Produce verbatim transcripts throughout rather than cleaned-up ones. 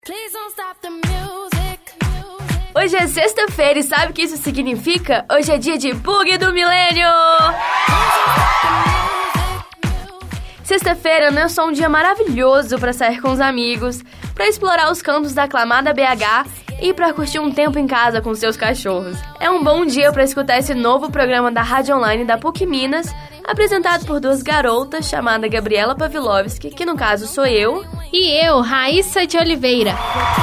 Hoje é sexta-feira e sabe o que isso significa? Hoje é dia de Bug do Milênio! Sexta-feira não é só um dia maravilhoso para sair com os amigos, para explorar os cantos da aclamada B H e para curtir um tempo em casa com seus cachorros. É um bom dia para escutar esse novo programa da Rádio Online da PUC Minas, apresentado por duas garotas chamadas Gabriela Pavlovski, que no caso sou eu, e eu, Raíssa de Oliveira.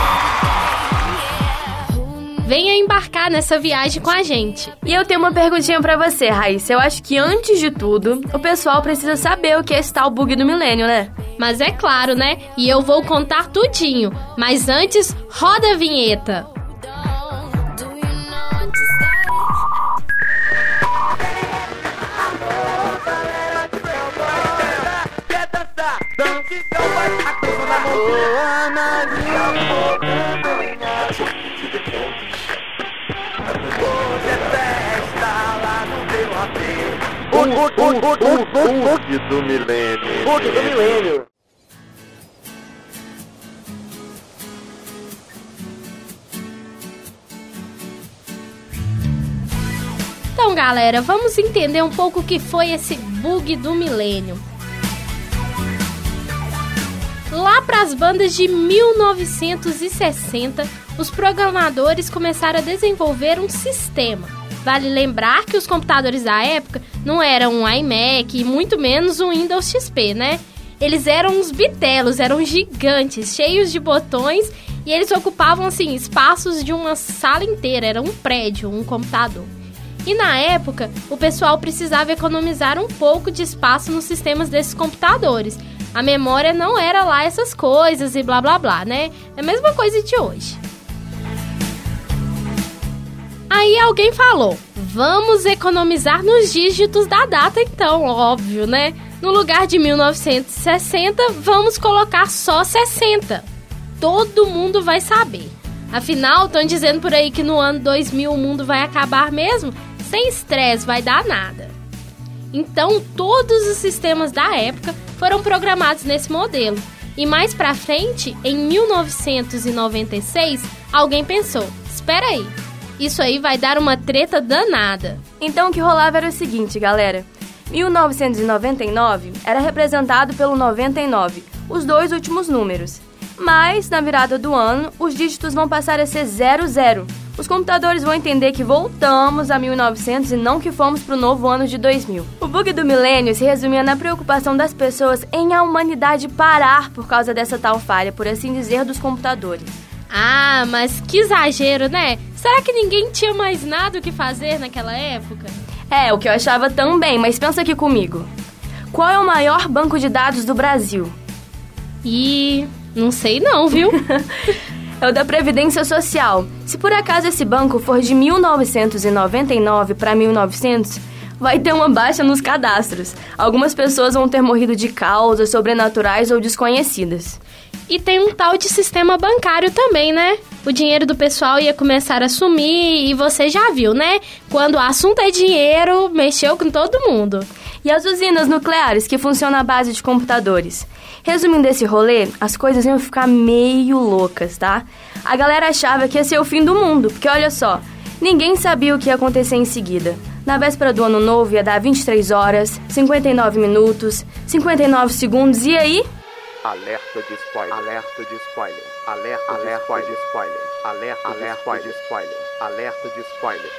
Venha embarcar nessa viagem com a gente. E eu tenho uma perguntinha pra você, Raíssa. Eu acho que antes de tudo, o pessoal precisa saber o que é esse tal bug do milênio, né? Mas é claro, né? E eu vou contar tudinho. Mas antes, roda a vinheta. O bug do milênio. Bug do milênio. Então, galera, vamos entender um pouco o que foi esse bug do milênio. Lá para as bandas de mil novecentos e sessenta, os programadores começaram a desenvolver um sistema. Vale lembrar que os computadores da época não eram um iMac e muito menos um Windows X P, né? Eles eram uns bitelos, eram gigantes, cheios de botões e eles ocupavam, assim, espaços de uma sala inteira, era um prédio, um computador. E na época, o pessoal precisava economizar um pouco de espaço nos sistemas desses computadores. A memória não era lá essas coisas e blá blá blá, né? É a mesma coisa de hoje. Aí alguém falou, vamos economizar nos dígitos da data então, óbvio, né? No lugar de mil novecentos e sessenta, vamos colocar só sessenta. Todo mundo vai saber. Afinal, estão dizendo por aí que no ano dois mil o mundo vai acabar mesmo? Sem estresse, vai dar nada. Então, todos os sistemas da época foram programados nesse modelo. E mais pra frente, em mil novecentos e noventa e seis, alguém pensou, espera aí. Isso aí vai dar uma treta danada. Então o que rolava era o seguinte, galera. mil novecentos e noventa e nove era representado pelo noventa e nove, os dois últimos números. Mas, na virada do ano, os dígitos vão passar a ser zero zero. Os computadores vão entender que voltamos a mil e novecentos e não que fomos pro novo ano de dois mil. O bug do milênio se resumia na preocupação das pessoas em a humanidade parar por causa dessa tal falha, por assim dizer, dos computadores. Ah, mas que exagero, né? Será que ninguém tinha mais nada o que fazer naquela época? É, o que eu achava também, mas pensa aqui comigo. Qual é o maior banco de dados do Brasil? Ih, não sei não, viu? É o da Previdência Social. Se por acaso esse banco for de mil novecentos e noventa e nove para mil e novecentos, vai ter uma baixa nos cadastros. Algumas pessoas vão ter morrido de causas sobrenaturais ou desconhecidas. E tem um tal de sistema bancário também, né? O dinheiro do pessoal ia começar a sumir e você já viu, né? Quando o assunto é dinheiro, mexeu com todo mundo. E as usinas nucleares que funcionam à base de computadores. Resumindo esse rolê, as coisas iam ficar meio loucas, tá? A galera achava que ia ser o fim do mundo, porque olha só, ninguém sabia o que ia acontecer em seguida. Na véspera do ano novo ia dar vinte e três horas, cinquenta e nove minutos, cinquenta e nove segundos e aí... Alerta de spoiler, alerta de spoiler, alerta, alerta de spoiler, alerta, alerta de spoiler, alerta de spoiler.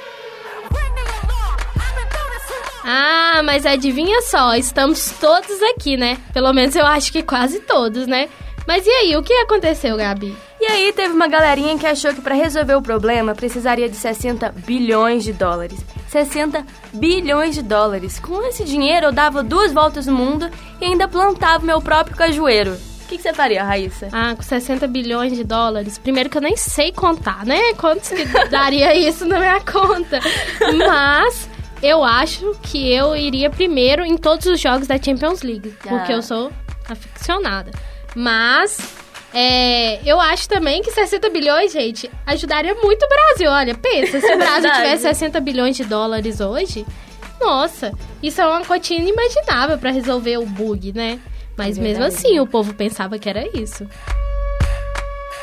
Ah, mas adivinha só, estamos todos aqui, né? Pelo menos eu acho que quase todos, né? Mas e aí, o que aconteceu, Gabi? E aí teve uma galerinha que achou que para resolver o problema precisaria de sessenta bilhões de dólares. sessenta bilhões de dólares. Com esse dinheiro eu dava duas voltas no mundo e ainda plantava meu próprio cajueiro. O que, que você faria, Raíssa? Ah, com sessenta bilhões de dólares. Primeiro que eu nem sei contar, né? Quantos que daria isso na minha conta? Mas eu acho que eu iria primeiro em todos os jogos da Champions League. Ah. Porque eu sou aficionada. Mas... É, eu acho também que sessenta bilhões, gente, ajudaria muito o Brasil. Olha, pensa, se o Brasil tivesse sessenta bilhões de dólares hoje, nossa, isso é uma quantia inimaginável pra resolver o bug, né? Mas é mesmo assim, o povo pensava que era isso.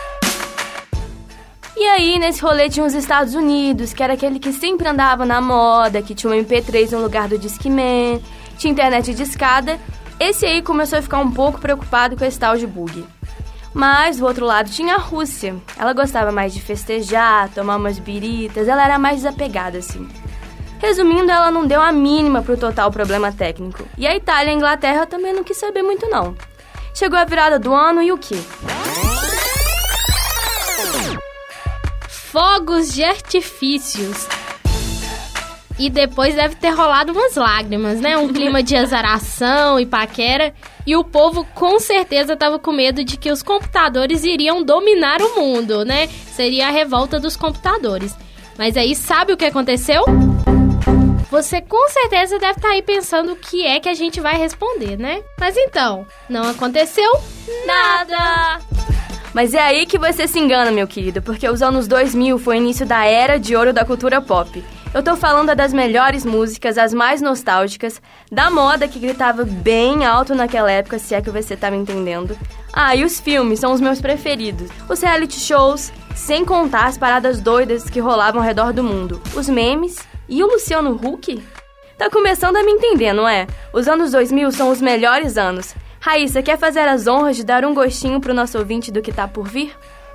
aí, nesse rolê tinha os Estados Unidos, que era aquele que sempre andava na moda, que tinha um M P três no lugar do Discman, tinha internet de escada. Esse aí começou a ficar um pouco preocupado com esse tal de bug. Mas, do outro lado, tinha a Rússia. Ela gostava mais de festejar, tomar umas biritas, ela era mais desapegada, assim. Resumindo, ela não deu a mínima pro total problema técnico. E a Itália e a Inglaterra também não quis saber muito, não. Chegou a virada do ano e o quê? Fogos de artifícios. E depois deve ter rolado umas lágrimas, né? Um clima de azaração e paquera. E o povo com certeza tava com medo de que os computadores iriam dominar o mundo, né? Seria a revolta dos computadores. Mas aí, sabe o que aconteceu? Você com certeza deve estar aí pensando o que é que a gente vai responder, né? Mas então, não aconteceu nada! Mas é aí que você se engana, meu querido, porque os anos dois mil foi o início da era de ouro da cultura pop. Eu tô falando das melhores músicas, as mais nostálgicas, da moda que gritava bem alto naquela época, se é que você tá me entendendo. Ah, e os filmes são os meus preferidos. Os reality shows, sem contar as paradas doidas que rolavam ao redor do mundo. Os memes e o Luciano Huck? Tá começando a me entender, não é? Os anos dois mil são os melhores anos. Raíssa, quer fazer as honras de dar um gostinho pro nosso ouvinte do que tá por vir?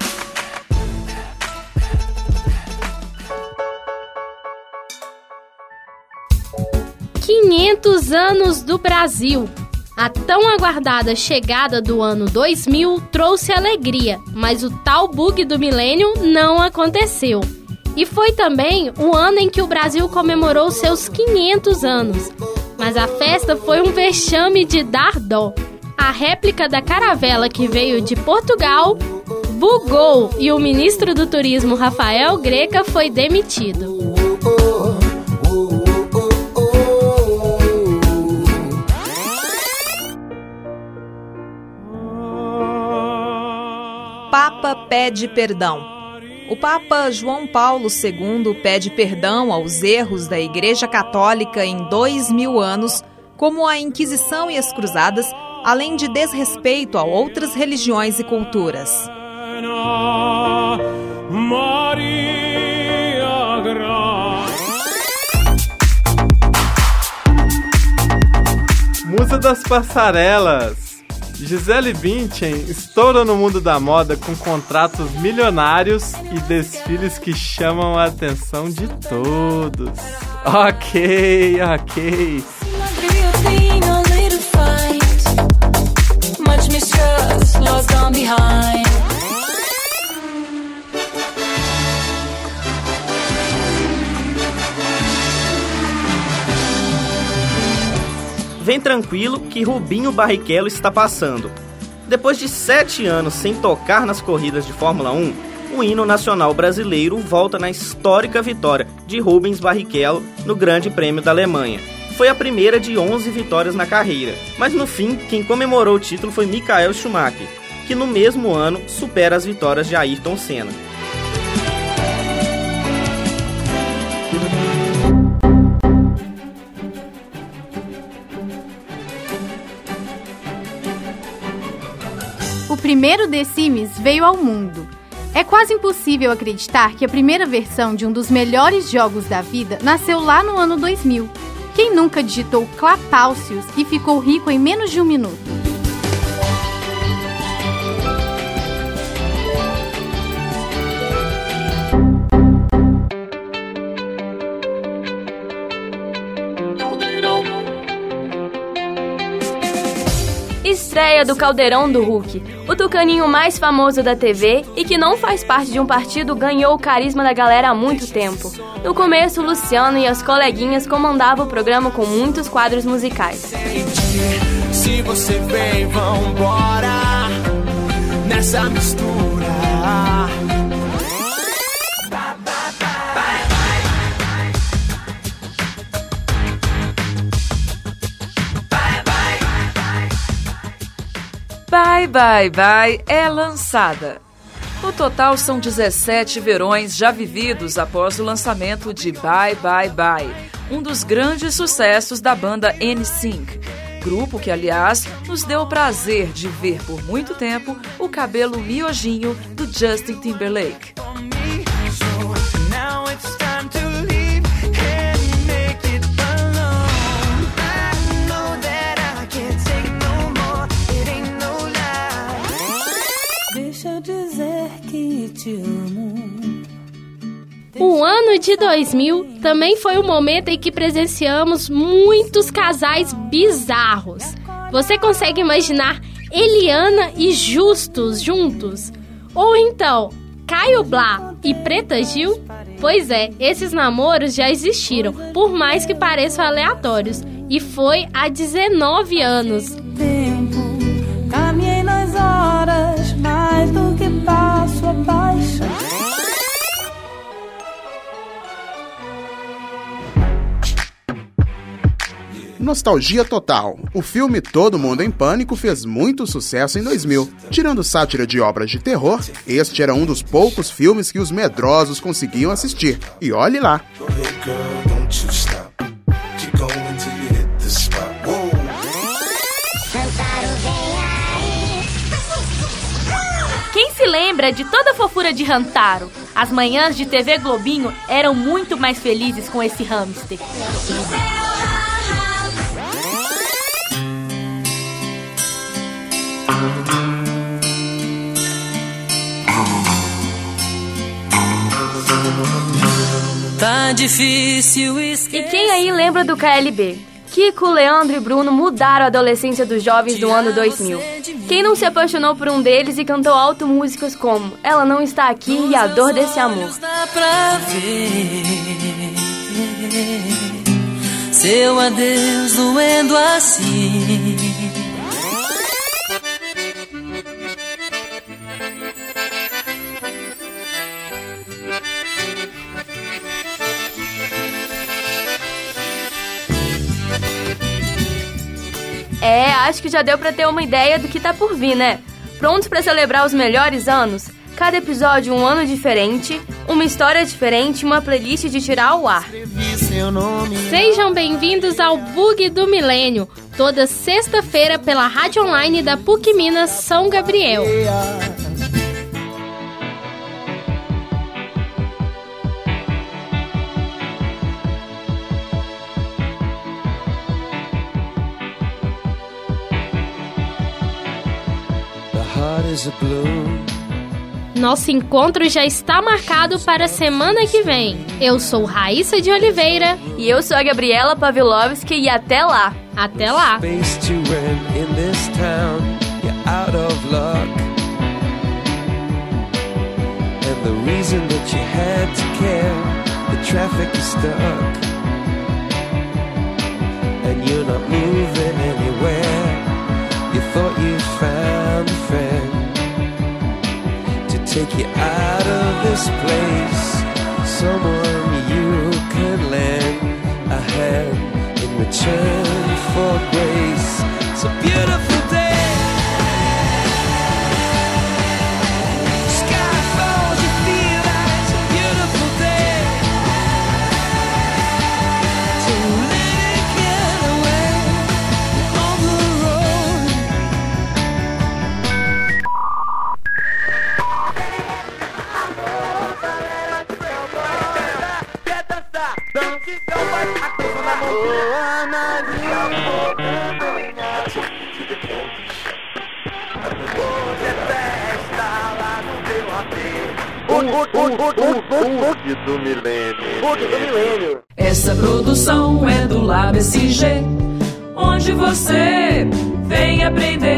quinhentos anos do Brasil. A tão aguardada chegada do ano dois mil trouxe alegria, mas o tal bug do milênio não aconteceu. E foi também o ano em que o Brasil comemorou seus quinhentos anos. Mas a festa foi um vexame de dar dó. A réplica da caravela que veio de Portugal bugou e o ministro do Turismo, Rafael Greca, foi demitido. Papa pede perdão. O Papa João Paulo segundo pede perdão aos erros da Igreja Católica em dois mil anos, como a Inquisição e as Cruzadas, além de desrespeito a outras religiões e culturas. Musa das passarelas. Gisele Bündchen estoura no mundo da moda com contratos milionários e desfiles que chamam a atenção de todos. Ok, ok. Vem tranquilo que Rubinho Barrichello está passando. Depois de sete anos sem tocar nas corridas de Fórmula um, o hino nacional brasileiro volta na histórica vitória de Rubens Barrichello no Grande Prêmio da Alemanha. Foi a primeira de onze vitórias na carreira, mas no fim, quem comemorou o título foi Michael Schumacher, que no mesmo ano supera as vitórias de Ayrton Senna. O primeiro The Sims veio ao mundo. É quase impossível acreditar que a primeira versão de um dos melhores jogos da vida nasceu lá no ano dois mil. Quem nunca digitou Clapaucius e ficou rico em menos de um minuto? Estreia do Caldeirão do Hulk, o tucaninho mais famoso da T V e que não faz parte de um partido ganhou o carisma da galera há muito tempo. No começo, Luciano e as coleguinhas comandavam o programa com muitos quadros musicais. Se você vem, vambora nessa mistura. Bye, Bye, Bye é lançada. No total, são dezessete verões já vividos após o lançamento de Bye, Bye, Bye, um dos grandes sucessos da banda N Sync, grupo que, aliás, nos deu o prazer de ver por muito tempo o cabelo miojinho do Justin Timberlake. dizer que te amo. O ano de dois mil também foi o momento em que presenciamos muitos casais bizarros. Você consegue imaginar Eliana e Justus juntos? Ou então, Caio Blá e Preta Gil? Pois é, esses namoros já existiram, por mais que pareçam aleatórios. E foi há dezenove anos. Tempo, caminhei nas horas, mais do que passo a paixão. Nostalgia total. O filme Todo Mundo em Pânico fez muito sucesso em dois mil. Tirando sátira de obras de terror, este era um dos poucos filmes que os medrosos conseguiam assistir. E olhe lá. Quem se lembra de toda a fofura de Hantaro? As manhãs de T V Globinho eram muito mais felizes com esse hamster. Tá difícil esquecer. E quem aí lembra do K L B? Kiko, Leandro e Bruno mudaram a adolescência dos jovens do ano dois mil. Quem não se apaixonou por um deles e cantou alto músicas como Ela Não Está Aqui e A Dor Desse Amor? Dá pra ver seu adeus doendo assim. É, acho que já deu pra ter uma ideia do que tá por vir, né? Prontos pra celebrar os melhores anos? Cada episódio um ano diferente, uma história diferente e uma playlist de tirar o ar. Sejam bem-vindos ao Bug do Milênio, toda sexta-feira pela rádio online da P U C Minas São Gabriel. Nosso encontro já está marcado para a semana que vem. Eu sou Raíssa de Oliveira. E eu sou a Gabriela Pavlovski e até lá. Até lá. Take you out of this place, someone you can lend a hand in return for grace. It's a beautiful day. Sky falls, you feel that it's a beautiful day. So let it get away on the road. Bug do Milênio. Bug do Milênio. Essa produção é do Lab S G, onde você vem aprender.